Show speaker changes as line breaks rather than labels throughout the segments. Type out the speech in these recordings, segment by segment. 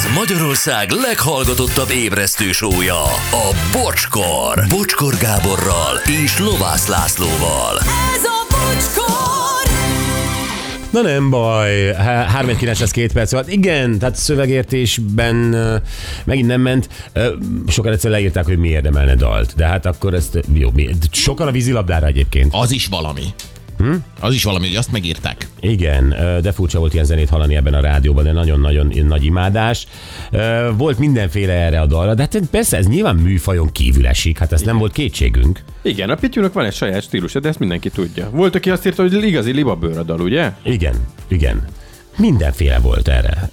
Ez Magyarország leghallgatottabb ébresztő show-ja, a Bocskor. Bocskor Gáborral és Lovász Lászlóval.
Ez a Bocskor!
Na nem baj, 3-1-9-2 perc alatt. Igen, tehát szövegértésben megint nem ment. Sokan egyszerűen leírták, hogy mi érdemelne dalt. De hát akkor ezt jó. Sokan a vízilabdára egyébként.
Az is valami. Az is valami, hogy azt megírták.
Igen, de furcsa volt ilyen zenét hallani ebben a rádióban, de nagyon-nagyon nagy imádás. Volt mindenféle erre a dalra, de hát persze ez nyilván műfajon kívül esik, hát ez nem volt kétségünk.
Igen, a Pityúnak van egy saját stílusa, de ezt mindenki tudja. Volt, aki azt írta, hogy igazi libabőr a dal, ugye?
Igen. Mindenféle volt erre.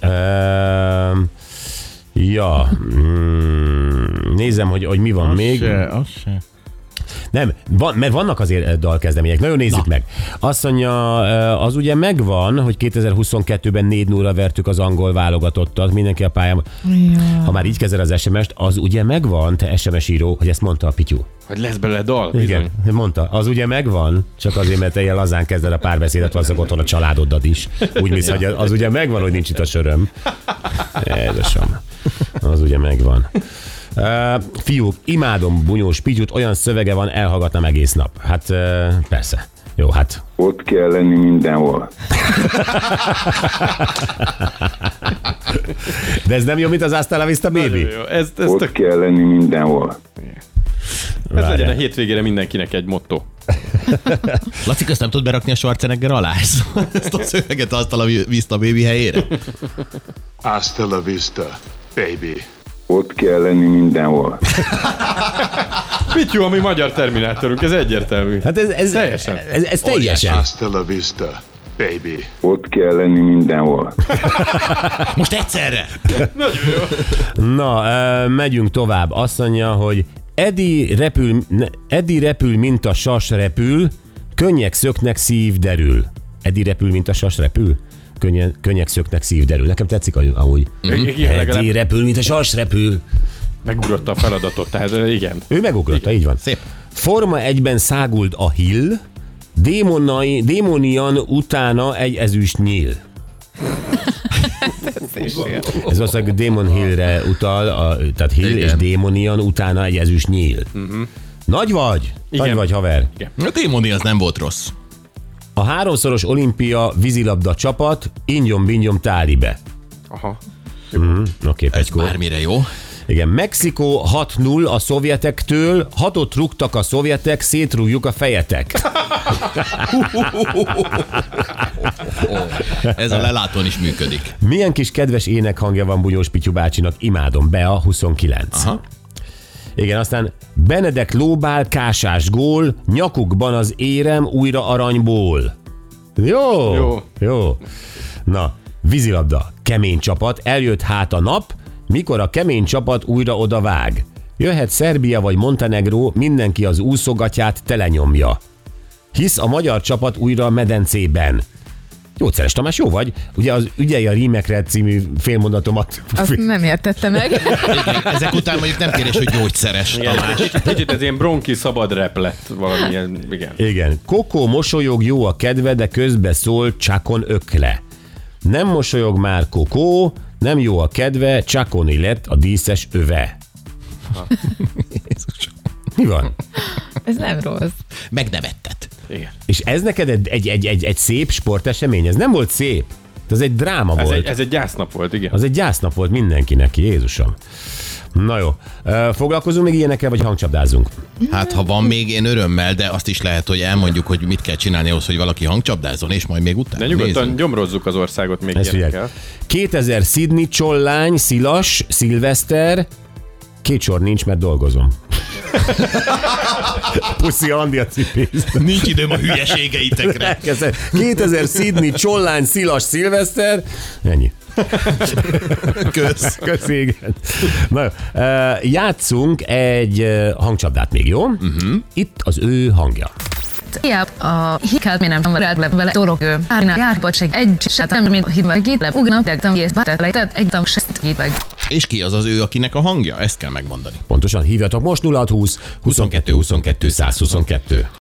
Nézem, hogy mi van még.
Az se.
Nem, mert vannak azért dalkezdemények. Nagyon nézzük meg. Azt mondja, az ugye megvan, hogy 2022-ben 4-0-ra vertük az angol válogatottat, mindenki a pályán. Ja. Ha már így kezel az SMS-t, az ugye megvan, te SMS író, hogy ezt mondta a Pityú.
Hogy lesz belőle dal?
Igen, mondta. Az ugye megvan, csak azért, mert te ilyen lazán kezded a párbeszédet, valószínűleg otthon a családoddal is. Úgy mész, hogy az ugye megvan, hogy nincs itt a söröm. Jézusom. Az ugye megvan. Fiúk, imádom Bunyós Pityút, olyan szövege van, elhallgatnám egész nap. Hát persze. Jó, hát.
Ott kell lenni mindenhol.
De ez nem jó, mint az Hasta la Vista Baby?
Ott kell lenni mindenhol.
Ez legyen a hétvégére mindenkinek egy motto.
Laci, azt nem tud berakni a Schwarzenegger alá? Ezt a szöveget Hasta la Vista Baby helyére?
Hasta la vista, baby.
Ott kell lenni mindenhol.
Pityú, ami magyar terminátorunk, ez egyértelmű.
Hát ez teljesen.
Hasta la vista, baby.
Ott kell lenni mindenhol.
Most egyszerre!
Nagyon jó.
Na, megyünk tovább. Azt mondja, hogy Edi repül, mint a sas repül, könnyek szöknek, szív derül. Edi repül, mint a sas repül? Könnyek szöknek, szív derül. Nekem tetszik amúgy. Edi repül, mint a sas repül.
Megugrotta a feladatot, tehát igen.
Ő megugrotta, így van.
Szép.
Forma egyben száguld a hill, démonian utána egy ezüst nyíl. Ez valószínűleg Demon Hillre utal, tehát Hill és Démonian utána egy ezüst nyíl. Nagy vagy?
Igen.
Nagy vagy, haver?
Igen.
A Démoni az nem volt rossz.
A 3-szoros olimpia vízilabda csapat ingyom-bingyom tálibe.
Aha.
Oké,
Ez
Pecskó.
bármire jó.
Igen, Mexikó 6-0 a szovjetektől, 6-ot rúgtak a szovjetek, szétrúgjuk a fejetek.
Ez a lelátón is működik.
Milyen kis kedves énekhangja van Bunyós Pityu bácsinak, imádom, Bea 29.
Aha.
Igen, aztán Benedek lóbál, kásás gól, nyakukban az érem újra aranyból. Jó. Na, vízilabda, kemény csapat, eljött hát a nap, mikor a kemény csapat újra oda vág. Jöhet Szerbia vagy Montenegró, mindenki az úszogatját telenyomja. Hisz a magyar csapat újra a medencében. Gyógyszeres Tamás, jó vagy? Ugye az Ügyelj a rímekre című félmondatomat...
Azt nem értette meg.
Igen, ezek után mondjuk nem kérdés, hogy gyógyszeres. Tamás.
Kicsit ez ilyen bronki szabad rap lett valamilyen, igen.
Igen. Kokó mosolyog, jó a kedve, de közbe szól Csakon ökle. Nem mosolyog már Kokó, nem jó a kedve, Csakoni lett a díszes öve. Mi van?
Ez nem rossz.
Megnevettet.
Igen.
És ez neked egy szép sportesemény? Ez nem volt szép. Ez egy dráma volt.
Ez egy gyásznap volt, igen.
Az egy gyásznap volt mindenkinek, Jézusom. Na jó. Foglalkozunk még ilyenekkel, vagy hangcsapdázunk?
Hát ha van még, én örömmel, de azt is lehet, hogy elmondjuk, hogy mit kell csinálni ahhoz, hogy valaki hangcsapdázzon, és majd még utána
De nyugodtan
nézzünk.
gyomrozzuk az országot még
Ezt
ilyenekkel.
2000 Sydney, Csollány, Szilas, Szilveszter. 2 sor nincs, mert dolgozom. Puszi Andi a cipész.
Nincs időm a hülyeségeitekre.
2000 Sydney, Csollány, Szilas, Szilveszter. Ennyi.
Kösz.
Igen. Na, játszunk egy hangcsapdát még, jó? Itt az ő hangja.
A hikát mi nem van vele dolog. Árna járbocség egy setem, mint hívva gitle ugna, tegtem és batetlejtett egy tamsest híveg.
És ki az ő, akinek a hangja? Ezt kell megmondani.
Pontosan, hívjatok most 0620 22 22 122.